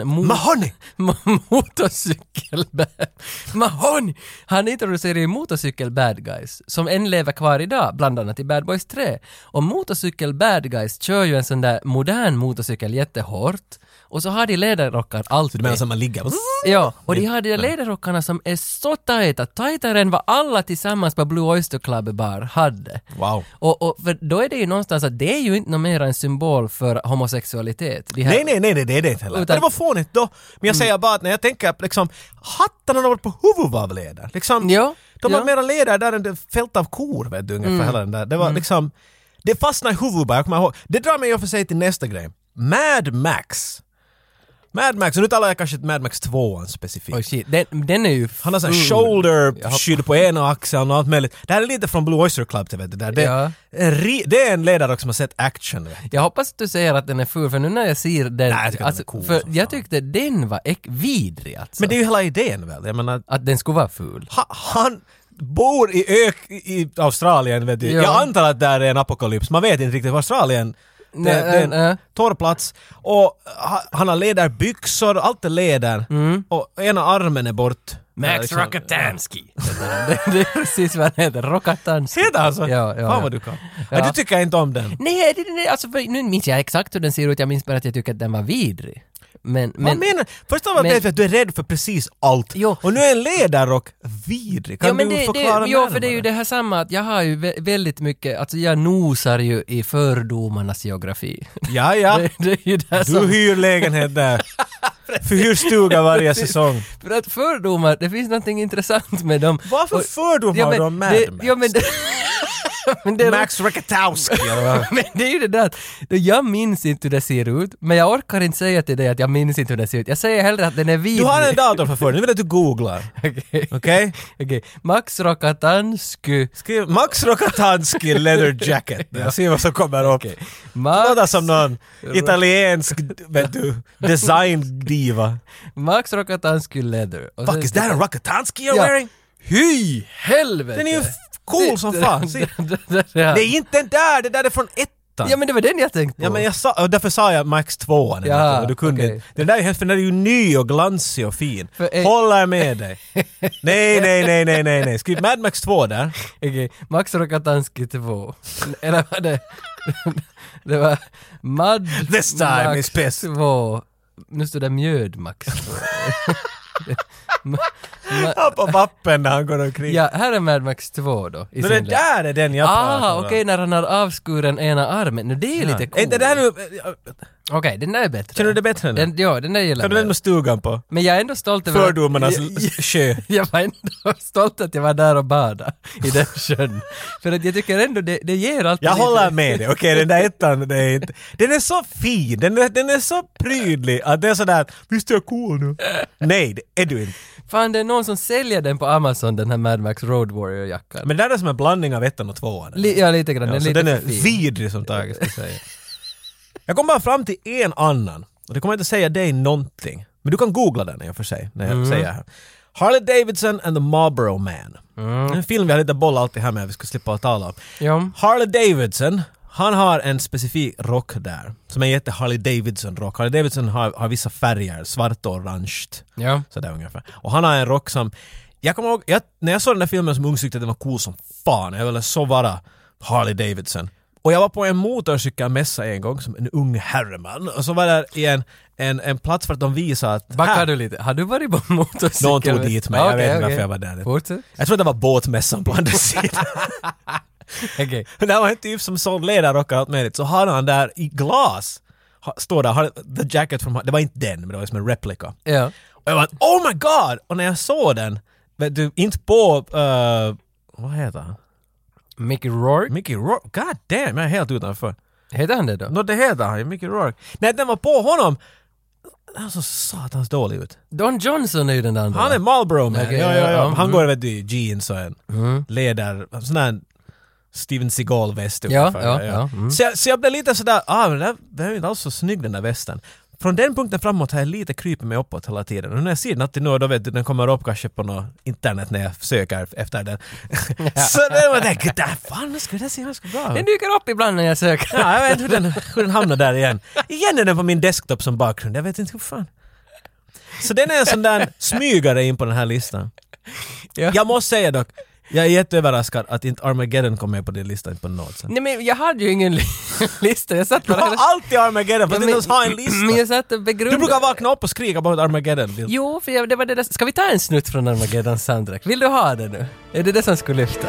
Speaker 1: Mahoney! Han introducerar ju motorcykel bad guys som än lever kvar idag, bland annat i Bad Boys 3. Och motorcykel bad guys kör ju en sån där modern motorcykel jättehårt. Och så har de ledarrockar alltid.
Speaker 2: Du menar som man ligger?
Speaker 1: Ja, och de har de ledarrockarna som är så tajtare än vad alla tillsammans på Blue Oyster Club bar hade.
Speaker 2: Wow.
Speaker 1: Och för då är det ju någonstans att det är ju inte någon mer en symbol för homosexualitet.
Speaker 2: Nej, det är det inte heller. Utan, det var fånigt då. Men jag säger bara att när jag tänker liksom, hattarna har varit på huvudet av leder. Liksom, de har mera leder där än det fält av kor, vet du, ungefär hela den där. Det var liksom, det fastnade i huvudet bara, jag kommer ihåg. Det drar mig ju för sig till nästa grej. Mad Max, och nu talar jag kanske ett Mad Max 2 specifikt.
Speaker 1: Oh shit, den är ju...
Speaker 2: Han har sån shoulder-skydd på ena axeln och allt möjligt. Det här är lite från Blue Oyster Club, vet du. Det är en ledare som har sett action.
Speaker 1: Jag hoppas att du säger att den är ful, för nu när jag ser den...
Speaker 2: Nej, jag den är cool,
Speaker 1: för jag tyckte den var vidrig, alltså.
Speaker 2: Men det är ju hela idén väl? Jag menar,
Speaker 1: att den skulle vara ful.
Speaker 2: Han bor i Australien, vet du. Ja. Jag antar att där är en apokalyps. Man vet inte riktigt var Australien... Det är en torr plats och han har ledarbyxor, allt är leder och ena armen är bort.
Speaker 1: Max liksom, Rockatansky. Det är precis vad han heter, Rockatansky.
Speaker 2: Heter alltså?
Speaker 1: Ja.
Speaker 2: Fan vad du kan. Ja. Du tycker inte om den?
Speaker 1: Nej, alltså, nu minns jag exakt hur den ser ut. Jag minns bara att jag tycker att den var vidrig. Men
Speaker 2: först av allt är att du är rädd för precis allt.
Speaker 1: Jo.
Speaker 2: Och nu är en ledarrock vidrig. Kan du förklara
Speaker 1: Jo, för det är ju det här samma att jag har ju väldigt mycket, alltså jag nosar ju i fördomarnas geografi.
Speaker 2: Ja.
Speaker 1: det är ju det
Speaker 2: du hyr lägenhet där. Förhyrstuga varje säsong.
Speaker 1: För att fördomar, det finns någonting intressant med dem.
Speaker 2: Varför fördomar har de Mad Max? Men det Max Rockatansky.
Speaker 1: Men det är ju det där att jag minns inte hur det ser ut, men jag orkar inte säga till dig att jag minns inte hur det ser ut. Jag säger hellre att den är vidrig.
Speaker 2: Du har en dator för nu vill att du googlar. Okej?
Speaker 1: Max Rockatansky.
Speaker 2: Skriv Max Rockatansky leather jacket. Jag ser vad som kommer upp. Låter som någon italiensk, vet du, design-diva.
Speaker 1: Max Rockatansky leather.
Speaker 2: Fuck, is that a Rockatansky you're wearing?
Speaker 1: Hy, helvete!
Speaker 2: Den är ju cool som fan. Det är inte den där, det där är från ettan.
Speaker 1: Ja, men det var den jag tänkte på.
Speaker 2: Ja, men därför sa jag Max 2.
Speaker 1: Ja,
Speaker 2: du kunde inte. Det där är hemskt, för den är ju ny och glansig och fin. Håller med dig. Nej. Skriv Mad Max 2 där.
Speaker 1: Okej, Max Rockatansky 2. Eller var det? Det var Mad
Speaker 2: This time
Speaker 1: Max
Speaker 2: is piss.
Speaker 1: 2. Nu står det Mjöd Max 2.
Speaker 2: På mappen när han går omkring.
Speaker 1: Ja, här är Mad Max 2 då.
Speaker 2: Men det där är den jag pratar om.
Speaker 1: Okej, när han har avskuren ena armen. Nu, det är ju lite coolt.
Speaker 2: Det där nu...
Speaker 1: Okej, den där är bättre.
Speaker 2: Känner du det bättre nu?
Speaker 1: Den där gillar
Speaker 2: jag. Kan du lämna stugan på?
Speaker 1: Men jag är ändå stolt över...
Speaker 2: Fördomarnas sjö.
Speaker 1: Jag var ändå stolt att jag var där och badade i den sjön. För att jag tycker ändå det ger alltid
Speaker 2: jag håller med dig. Okej, den där ettan, det är inte... Den är så fin. Den är så prydlig att det är sådär... Visst är jag cool nu? Nej, det är du inte.
Speaker 1: Fan, det är någon som säljer den på Amazon, den här Mad Max Road Warrior-jackan.
Speaker 2: Men det är som en blandning av ettan och tvåan.
Speaker 1: Ja, lite grann.
Speaker 2: Ja, den är vidrig som Tage ska säga. Jag kom bara fram till en annan. Och det kommer inte säga dig någonting. Men du kan googla den i och för sig när jag säger här. Harley Davidson and the Marlboro Man. En film vi har lite boll alltid här med att vi ska slippa att tala om.
Speaker 1: Ja.
Speaker 2: Harley Davidson, han har en specifik rock där. Som är en jätte Harley Davidson-rock. Harley Davidson har vissa färger, svart och orange.
Speaker 1: Ja.
Speaker 2: Sådär ungefär. Och han har en rock som... Jag kommer ihåg, när jag såg den här filmen som ung tyckte att den var cool som fan. Jag ville så vara Harley Davidson. Och jag var på en motorcykelmässa en gång som en ung herreman. Och så var där i en plats för att de visade att...
Speaker 1: Backar du lite? Har du varit på motorcykel?
Speaker 2: Någon tog dit mig. Jag vet inte varför jag var där.
Speaker 1: Fortsätt.
Speaker 2: Jag tror det var båtmässan på andra sidan.
Speaker 1: Okej.
Speaker 2: Det var en typ som såg ledarrockar och allt möjligt. Så har han där i glas. Står där, the jacket from... Det var inte den, men det var som en replika.
Speaker 1: Ja.
Speaker 2: Och jag var oh my god! Och när jag såg den, vet du, inte på... vad heter han?
Speaker 1: Mickey Rourke?
Speaker 2: Mickey Rourke? God damn, jag är helt utanför.
Speaker 1: Heter han det då?
Speaker 2: Det heter han, Mickey Rourke. När den var på honom, han såg satans dålig ut.
Speaker 1: Don Johnson är ju den andra.
Speaker 2: Han är Marlboro man.
Speaker 1: Okay,
Speaker 2: ja. Han går vet du i jeans och en leder, sån här Steven Seagal-väst ungefär. Så jag blev lite sådär, men det är inte alls så snygg den där västen. Från den punkten framåt har jag lite krypit mig uppåt hela tiden. Och när jag ser något nu, då vet du, den kommer upp kanske på något internet när jag söker efter den. Så det var det, fan, skulle det se ganska bra.
Speaker 1: Den dyker upp ibland när jag söker.
Speaker 2: Ja, jag vet inte hur den hamnar där igen. Igen är den på min desktop som bakgrund. Jag vet inte hur fan. Så den är en sån där smygare in på den här listan. Ja. Jag måste säga dock, jag är jätteöverraskad att inte Armageddon kom med på din lista på något sätt.
Speaker 1: Nej, men jag hade ju ingen lista. Jag satt
Speaker 2: du har alltid Armageddon, för att inte ens ha en lista.
Speaker 1: Men jag satt och begrundade...
Speaker 2: Du brukar vakna upp och skrika på Armageddon.
Speaker 1: Jo, för det var det där... Ska vi ta en snutt från Armageddons soundtrack? Vill du ha det nu? Är det som skulle lyfta?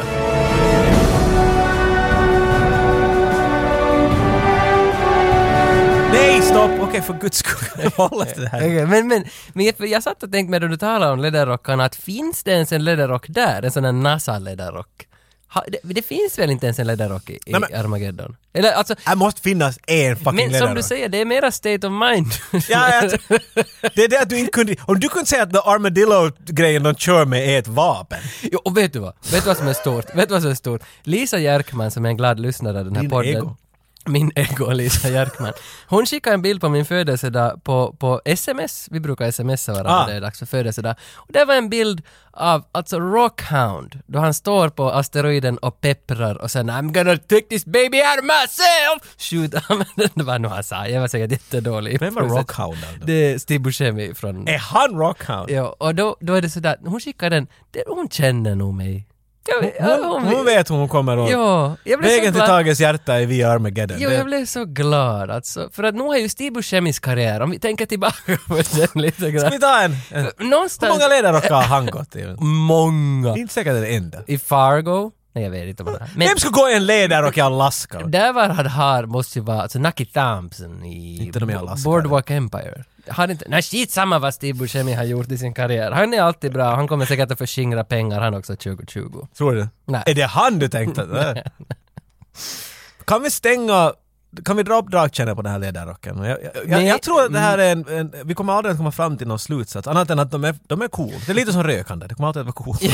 Speaker 2: Nej, stopp! Okej, för guds skull. Hålla det här.
Speaker 1: Okay, men jag satt och tänkte med när du talar om läderrockarna att finns det ens en läderrock där? En sån här NASA-läderrock? Det finns väl inte ens en läderrock i Armageddon? Eller alltså...
Speaker 2: Det måste finnas en fucking läderrock.
Speaker 1: Men som du säger, det är mera state of mind.
Speaker 2: Ja, det är det att du inte kunde... Om du kunde säga att the armadillo-grejen de kör med är ett vapen.
Speaker 1: Jo, och vet du vad som är stort? Lisa Järkman som är en glad lyssnare av den här podden.
Speaker 2: Ego.
Speaker 1: Min ego, Lisa Järkman. Hon skickade en bild på min födelsedag på sms. Vi brukar smsa varandra, det är dags för födelsedag. Och det var en bild av alltså Rockhound. Då han står på asteroiden och pepprar och sen I'm gonna take this baby out of myself! Shoot. Det var nog han sa. Jag var säkert jättedålig.
Speaker 2: Vem var Rockhound?
Speaker 1: Det är Steve Buscemi från...
Speaker 2: Är han Rockhound?
Speaker 1: Ja, och då är det sådär. Hon skickade den. Hon känner nog mig.
Speaker 2: Hon vet hur hon kommer ihåg.
Speaker 1: Ja,
Speaker 2: vägen till Tages hjärta är via Armageddon.
Speaker 1: Jo, jag blev så glad alltså. För att nu har ju Steve Buscemis karriär, om vi tänker tillbaka på den lite grann.
Speaker 2: Ska vi ta en?
Speaker 1: Någonstans...
Speaker 2: Hur många ledarrockar har han gått i?
Speaker 1: Många.
Speaker 2: Inte säkert den enda.
Speaker 1: I Fargo? Nej, jag vet inte vad det är.
Speaker 2: Vem ska gå i en ledarrock i Alaska?
Speaker 1: Där var han har, måste ju vara, alltså Nucky Thompson i Boardwalk Empire. Han inte, nej, shit samma vad Steve Buscemi har gjort i sin karriär. Han är alltid bra, han kommer säkert att förskingra pengar, han också 2020.
Speaker 2: Tror du?
Speaker 1: Nej.
Speaker 2: Är det han du tänkte? Kan vi dra upp dragkänner på den här ledarrocken? Jag tror att det här är vi kommer aldrig att komma fram till någon slutsats, annat än att de är cool. Det är lite som rökande, det kommer alltid att vara cool.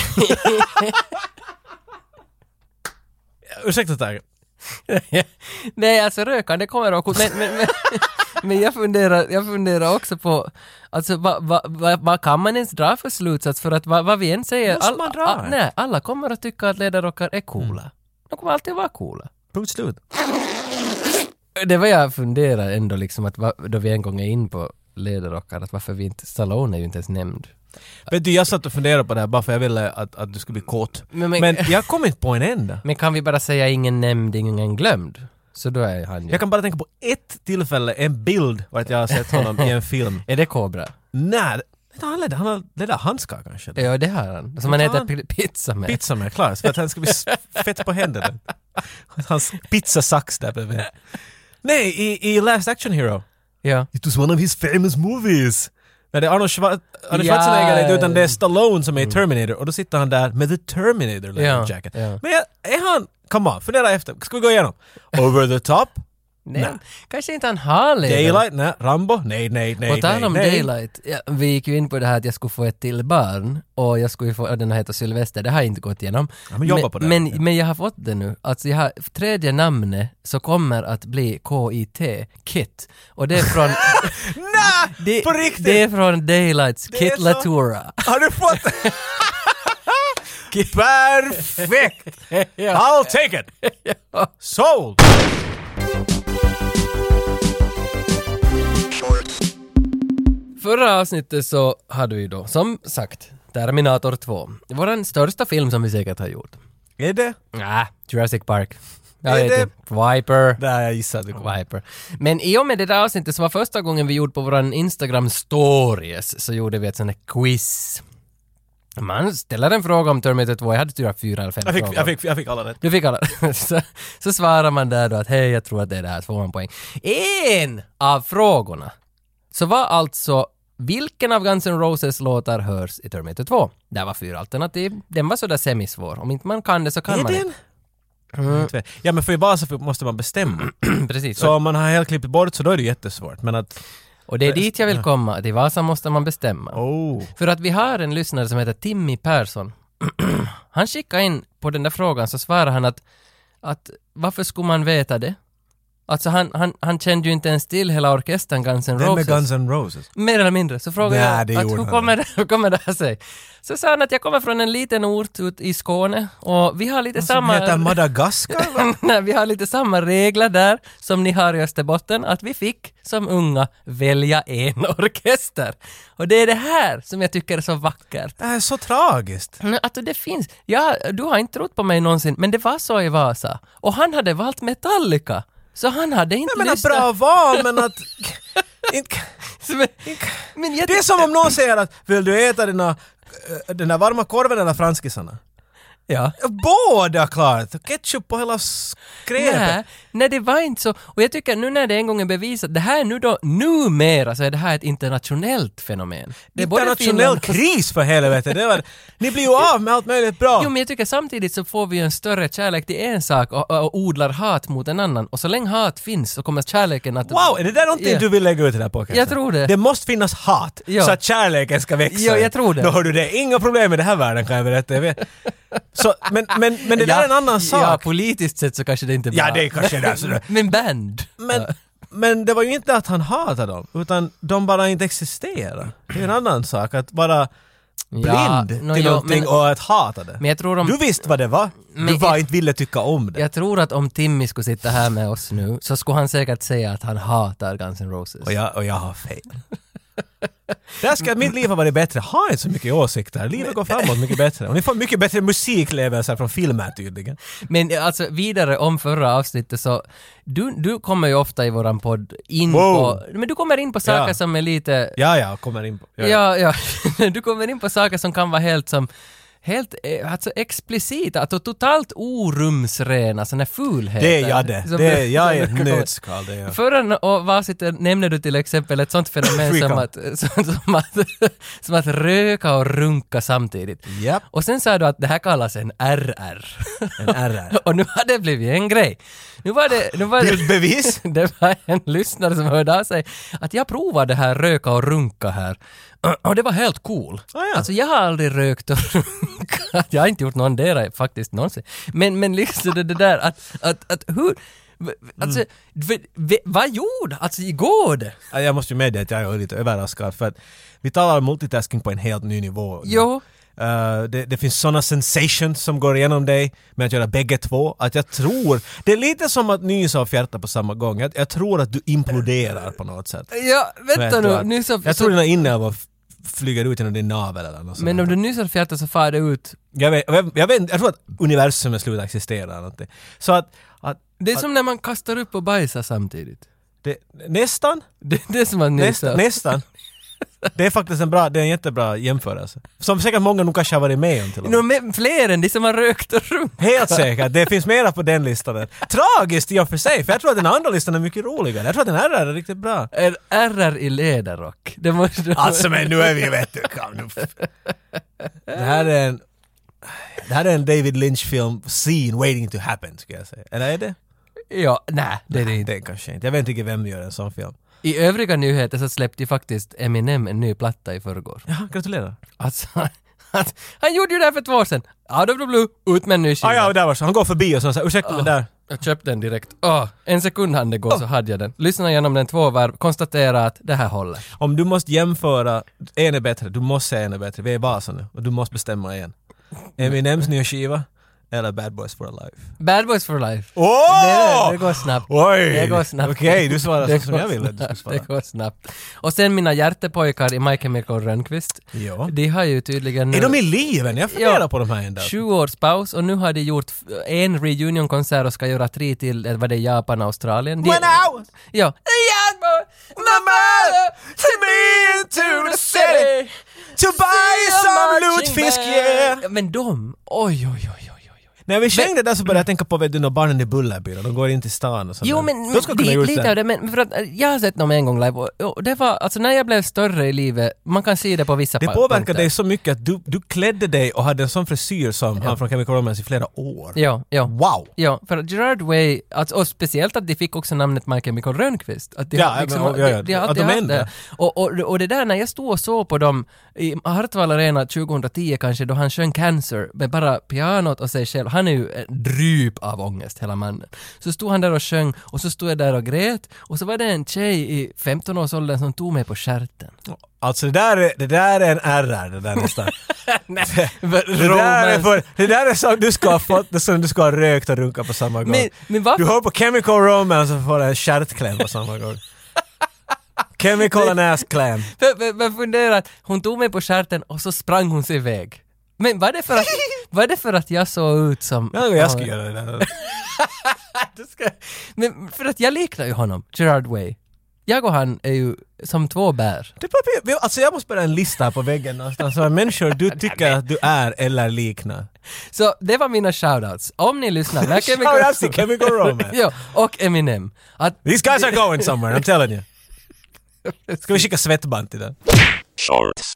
Speaker 2: Ursäkta Tage.
Speaker 1: Nej, alltså rökande kommer att vara cool. Men jag funderar också på alltså vad kan man ens dra för slutsats för att vad vi än säger alla kommer att tycka att ledarrockar är coola. De kommer alltid vara coola.
Speaker 2: Punkt slut.
Speaker 1: Det var jag funderar ändå liksom att då vi en gång är in på ledarrockar att varför vi inte Stallone är ju inte ens nämnd.
Speaker 2: Vet du, jag satt och funderade på det här bara för jag ville att du skulle bli kåt. Men jag kom inte på en enda.
Speaker 1: Men kan vi bara säga ingen nämnd, ingen glömd? Så då är han ju.
Speaker 2: Jag kan bara tänka på ett tillfälle, en bild vart jag har sett honom i en film.
Speaker 1: Är det Cobra?
Speaker 2: Nej, han har ledda handskar kanske.
Speaker 1: Ja, det har han. Som han heter pizza med.
Speaker 2: Pizza med, klart. För att han ska bli fett på händerna. Hans pizzasax där bredvid. Nej, i Last Action Hero.
Speaker 1: Ja.
Speaker 2: It was one of his famous movies. När det är Arnold Schwarzenegger utan det är Stallone som är i Terminator. Och då sitter han där med The Terminator jacket.
Speaker 1: Ja.
Speaker 2: Men är han... Come on, fundera efter. Ska vi gå igenom? Over the Top?
Speaker 1: Nej. Kanske inte han har legat.
Speaker 2: Daylight? Nej. Rambo? Nej.
Speaker 1: På tal om Daylight, vi gick ju in på det här att jag skulle få ett till barn och jag skulle få, den här heter Sylvester, det har jag inte gått igenom.
Speaker 2: Ja, men jobba på det.
Speaker 1: Men jag har fått det nu. Alltså jag har tredje namnet så kommer att bli KIT, Kit. Och det är från...
Speaker 2: Nej! På riktigt!
Speaker 1: Det är från Daylights Kit Latura.
Speaker 2: Har du fått... Perfekt! I'll take it! Sold!
Speaker 1: Förra avsnittet så hade vi då, som sagt, Terminator 2. Det var den största film som vi säkert har gjort.
Speaker 2: Är det?
Speaker 1: Nej, Jurassic Park.
Speaker 2: Jag vet inte.
Speaker 1: Viper.
Speaker 2: Där jag gissade.
Speaker 1: Viper. Men i och med det där avsnittet som var första gången vi gjorde på våran Instagram stories så gjorde vi ett sånt här quiz. Man ställer en fråga om Terminator 2. Jag hade typ 4 eller 5 frågor.
Speaker 2: Jag fick alla rätt.
Speaker 1: Du fick alla rätt. så svarar man där då att hej, jag tror att det är det här, så får man poäng. En av frågorna så var alltså vilken av Guns N' Roses låtar hörs i Terminator 2? Det var 4 alternativ. Den var sådär semisvår. Om inte man kan det så kan man det.
Speaker 2: Ja, men för i bas måste man bestämma.
Speaker 1: Precis.
Speaker 2: Så om man har helt klippt bort så då är det jättesvårt. Men att...
Speaker 1: Och det är dit jag vill komma. I Vasa måste man bestämma. För att vi har en lyssnare som heter Timmy Persson. Han skickade in på den där frågan så svarar han att varför skulle man veta det? Alltså han kände ju inte ens till hela orkestern Guns N' Roses.
Speaker 2: Den med Guns N' Roses?
Speaker 1: Mer eller mindre. Så frågade jag att hur kommer det här sig? Så sa han att jag kommer från en liten ort ut i Skåne och vi har lite samma...
Speaker 2: Som heter Madagaskar?
Speaker 1: Nej, vi har lite samma regler där som ni har i Österbotten, att vi fick som unga välja en orkester. Och det är det här som jag tycker är så vackert.
Speaker 2: Det här är så tragiskt.
Speaker 1: Att det finns... Ja, du har inte trott på mig någonsin, men det var så i Vasa. Och han hade valt Metallica. Så han hade inte
Speaker 2: lyssnat... bra val, men att... det är som om någon säger att vill du äta den där varma korven eller franskisarna?
Speaker 1: Ja.
Speaker 2: Båda klart! Ketchup på hela skräpet.
Speaker 1: Nej, det var inte så. Och jag tycker nu när det en gång är bevisat, det här är nu då, numera så är det här ett internationellt fenomen. Det är
Speaker 2: internationell kris för helvete. Ni blir ju av med allt möjligt bra.
Speaker 1: Jo, men jag tycker samtidigt så får vi en större kärlek till en sak och odlar hat mot en annan. Och så länge hat finns så kommer kärleken att...
Speaker 2: Wow, är det där någonting du vill lägga ut i den här podcasten?
Speaker 1: Jag tror det.
Speaker 2: Det måste finnas hat så att kärleken ska växa.
Speaker 1: Ja, jag tror det.
Speaker 2: Då har du det. Inga problem med det här världen kan jag berätta. Så, men det där är en annan sak.
Speaker 1: Ja, politiskt sett så kanske det inte är bra.
Speaker 2: Ja, det är kanske det.
Speaker 1: Men band.
Speaker 2: Men det var ju inte att han hatade dem, utan de bara inte existerar. Det är en annan sak att vara blind till någonting och att hata det.
Speaker 1: Men jag tror
Speaker 2: du visste vad det var. Du bara inte ville tycka om det.
Speaker 1: Jag tror att om Timmy skulle sitta här med oss nu så skulle han säkert säga att han hatar Guns N' Roses.
Speaker 2: Och jag har fel. Där ska mitt liv ha varit bättre. Ha inte så mycket åsikter. Livet går framåt mycket bättre. Och ni får mycket bättre musiklevelser från filmer tydligen.
Speaker 1: Men alltså vidare om förra avsnittet så du kommer ju ofta i våran podd in på... Men du kommer in på saker som är lite...
Speaker 2: Ja, kommer in på...
Speaker 1: Ja. Du kommer in på saker som kan vara helt alltså explicita, att totalt orumsrena såna fulheter.
Speaker 2: Det är jag det. Jag är ett nötskal.
Speaker 1: Förra avsnittet nämnde du till exempel ett sånt fenomen som att röka och runka samtidigt.
Speaker 2: Yep.
Speaker 1: Och sen sa du att det här kallas en RR.
Speaker 2: En RR.
Speaker 1: Och nu har det blivit en grej. Nu var det
Speaker 2: bevis.
Speaker 1: Det var en lyssnare som hörde av sig att jag provade det här röka och runka här. Och det var helt cool. Alltså jag har aldrig rökt och runkat. Jag har inte gjort någon där faktiskt någonsin. Men liksom det där att hur... Alltså, vad gjorde? Alltså, går det?
Speaker 2: Jag måste ju medge att jag är lite överraskad för att vi talar om multitasking på en helt ny nivå.
Speaker 1: Jo.
Speaker 2: Det finns såna sensations som går igenom dig med att göra bägge två. Att jag tror... Det är lite som att nysa och fjärta på samma gång. Jag tror att du imploderar på något sätt.
Speaker 1: Ja, vänta nu.
Speaker 2: Jag tror dina inälvor flyger ut genom din navel eller något sånt.
Speaker 1: Men om du nysar och fjärtar så far det ut...
Speaker 2: Jag tror att universum slutar existera eller någonting. Så att
Speaker 1: det är som när man kastar upp och bajsar samtidigt.
Speaker 2: Nästan.
Speaker 1: Det är som att nysa.
Speaker 2: Nästan. Det är faktiskt en jättebra jämförelse. Som säkert många nog kanske har varit med om till och
Speaker 1: med. Fler än de som har rökt och runkat.
Speaker 2: Helt säkert, det finns mera på den listan. Tragiskt i och för sig, för jag tror att den andra listan är mycket roligare. Jag tror att den här är riktigt bra.
Speaker 1: En RR i läderrock. Det måste...
Speaker 2: Alltså men nu är vi vet du. Det här är en David Lynch-film, scene waiting to happen, ska jag säga. Eller är det?
Speaker 1: Ja, nej, det är det inte.
Speaker 2: Det kanske inte. Jag vet inte vem gör en sån film.
Speaker 1: I övriga nyheter så släppte ju faktiskt Eminem en ny platta i förrgår.
Speaker 2: Ja, gratulerar.
Speaker 1: Alltså, han gjorde ju det här för 2 år sedan. Out of the blue, ut med en ny skiva.
Speaker 2: Ja, där var så. Han går förbi och så säger, ursäkta men där.
Speaker 1: Jag köpte den direkt. En sekund hann det gå så hade jag den. Lyssna igenom den 2 varv, konstatera att det här håller.
Speaker 2: Om du måste jämföra, en är bättre, du måste säga en är bättre. Vi är basen nu och du måste bestämma en. Eminems nya skiva eller Bad Boys for Life?
Speaker 1: Bad Boys for Life. Det går snabbt.
Speaker 2: Oj!
Speaker 1: Det går snabbt.
Speaker 2: Okej, du svarar som jag ville att du skulle svara.
Speaker 1: Det går snabbt. Och sen mina hjärtepojkar i My Chemical Rönnqvist.
Speaker 2: Ja.
Speaker 1: De har ju tydligen...
Speaker 2: Är de i liven? Jag funderar på de här ändå.
Speaker 1: 7 års paus och nu har de gjort en reunionkonsert och ska göra 3 till, vad det är, Japan och Australien. Ja.
Speaker 2: To the city to buy some lutfisk, yeah!
Speaker 1: Men oj.
Speaker 2: När vi sjöngde där så började jag tänka på barnen i Bullerbyn. De går in till stan och sådär.
Speaker 1: Jo, men lite av det. Men för att jag har sett dem en gång live och det var, alltså när jag blev större i livet, man kan se det på vissa punkter.
Speaker 2: Det påverkade dig så mycket att du klädde dig och hade en sån frisyr som han från Chemical Romance i flera år.
Speaker 1: Ja.
Speaker 2: Wow!
Speaker 1: Ja, för att Gerard Way, alltså, och speciellt att de fick också namnet My Chemical Rönnqvist. Att de
Speaker 2: att de ändrar.
Speaker 1: Och det där när jag stod och såg på dem i Hartwall Arena 2010 kanske, då han sjöng Cancer med bara pianot och sig själv. Han är ju en dryp av ångest, hela mannen. Så stod han där och sjöng och så stod jag där och grät och så var det en tjej i 15-årsåldern som tog mig på skärten.
Speaker 2: Alltså det där är en RR, det där nästan. det där är som du ska ha fått, det som du ska ha rökt och runkat på samma gång.
Speaker 1: Men
Speaker 2: du hör på Chemical Romance och får en skärtkläm på samma gång. Chemical and ass clam.
Speaker 1: Men fundera, hon tog mig på skärten och så sprang hon sig iväg. Men var det för att jag såg ut som...
Speaker 2: Ja, jag ska göra det där.
Speaker 1: Men för att jag liknar ju honom, Gerard Way. Jag och han är ju som 2 bär.
Speaker 2: Alltså jag måste börja en lista här på väggen någonstans. Så människor du tycker att du är eller liknar.
Speaker 1: Så det var mina shoutouts. Om ni lyssnar.
Speaker 2: Shoutouts till Chemical Romance.
Speaker 1: Ja, och Eminem.
Speaker 2: These guys are going somewhere, I'm telling you. Ska vi skicka svettband till den?
Speaker 3: Shorts.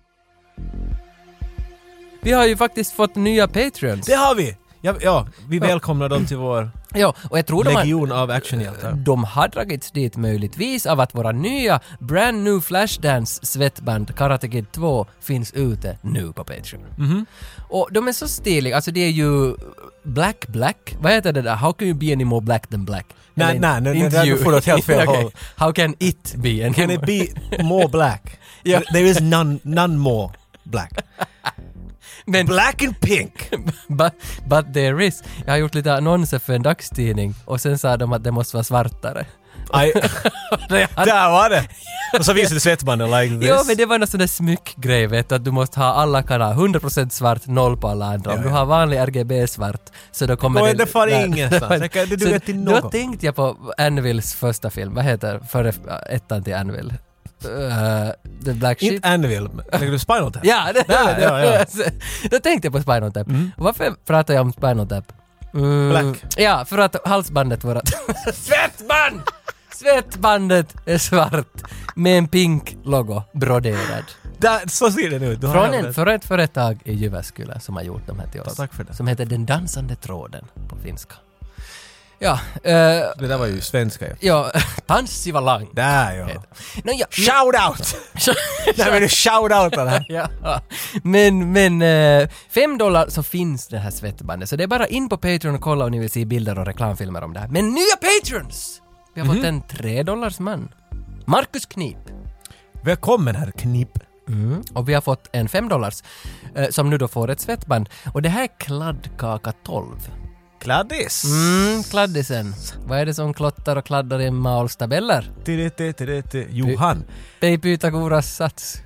Speaker 1: Vi har ju faktiskt fått nya Patreons.
Speaker 2: Det har vi! Ja, vi välkomnar dem till vår
Speaker 1: och jag tror
Speaker 2: legion av actionhjältar.
Speaker 1: De har dragits dit möjligtvis av att våra nya brand new Flashdance svettband Karate Kid 2 finns ute nu på Patreon.
Speaker 2: Mm-hmm.
Speaker 1: Och de är så stiliga, alltså det är ju black. Vad heter det där? How can you be any more black than black?
Speaker 2: Nej, du får åt helt fel håll.
Speaker 1: How can it be any
Speaker 2: Can it be more black? There is none more black. Men, black and pink.
Speaker 1: But there is. Jag har gjort lite annonser för en dagstidning och sen sa de att det måste vara svartare.
Speaker 2: Där var det! Och så visade svettbanden like this.
Speaker 1: Jo, men det var någon sån där smyckgrej, vet du, att du måste ha alla kanaler 100% svart, 0 på alla andra. Om du har vanlig RGB-svart så då kommer
Speaker 2: det far ingenstans. Det duger till något.
Speaker 1: Då tänkte jag på Anvils första film. Vad heter före ettan till Anvil? The Black Sheep.
Speaker 2: Inte Anvil, tänker du Spinal Tap?
Speaker 1: Ja, då tänkte jag på Spinal Tap. Varför pratar jag om Spinal Tap?
Speaker 2: Black.
Speaker 1: Ja, för att halsbandet var Svettbandet är svart med en pink logo broderad.
Speaker 2: Så ser det ut.
Speaker 1: Från ett företag i Jyväskylä som har gjort de här till oss.
Speaker 2: Tack för det.
Speaker 1: Som heter Den dansande tråden på finska. Ja.
Speaker 2: Det där var ju svenska ju.
Speaker 1: Ja, Tanssiva lang.
Speaker 2: Där ja.
Speaker 1: Shout out!
Speaker 2: Nej men du shout out på det här.
Speaker 1: Ja. Men $5 så finns det här svettbandet. Så det är bara in på Patreon och kolla om ni vill se bilder och reklamfilmer om det här. Men nya Patrons! Vi har fått en $3 man. Marcus Knip.
Speaker 2: Välkommen här Knip.
Speaker 1: Och vi har fått en $5 som nu då får ett svettband. Och det här är Kladdkaka 12.
Speaker 2: Kladdis.
Speaker 1: Kladdisen. Vad är det som klottar och kladdar i malstabeller?
Speaker 2: Johan.
Speaker 1: Pythagoras sats.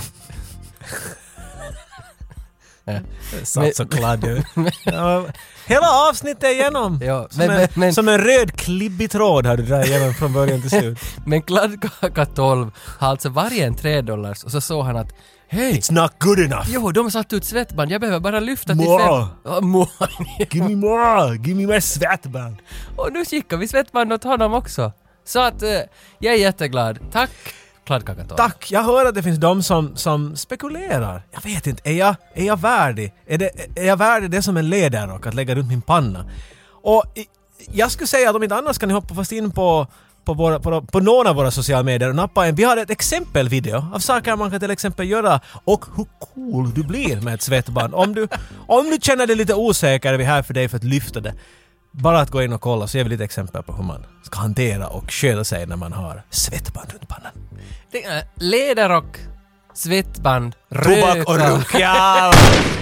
Speaker 2: Sats och kladd. Hela avsnittet igenom.
Speaker 1: Ja,
Speaker 2: som en röd klibbig tråd har du där igenom från början till slut.
Speaker 1: Men Kladdkaka 12 har alltså varje en $3 och så såg han att hey,
Speaker 2: it's not good enough.
Speaker 1: Jo, de har satt ut svettband. Jag behöver bara lyfta till
Speaker 2: more.
Speaker 1: 5. More.
Speaker 2: Give me more. Give me more svettband.
Speaker 1: Och nu skickar vi svettband åt honom också. Så att jag är jätteglad. Tack, Kladdkaka 12.
Speaker 2: Tack. Jag hör att det finns de som spekulerar. Jag vet inte. Är jag värdig? Är jag värdig det som en lederrock att lägga runt min panna? Och jag skulle säga att om inte annars kan ni hoppa fast in på någon av våra sociala medier och nappa en. Vi har ett exempelvideo av saker man kan till exempel göra och hur cool du blir med ett svettband. Om du känner dig lite osäker är vi här för dig för att lyfta det. Bara att gå in och kolla så ger vi lite exempel på hur man ska hantera och sköta sig när man har svettband runt pannan.
Speaker 1: Läderrock, svettband,
Speaker 2: tobak och runk. Ja!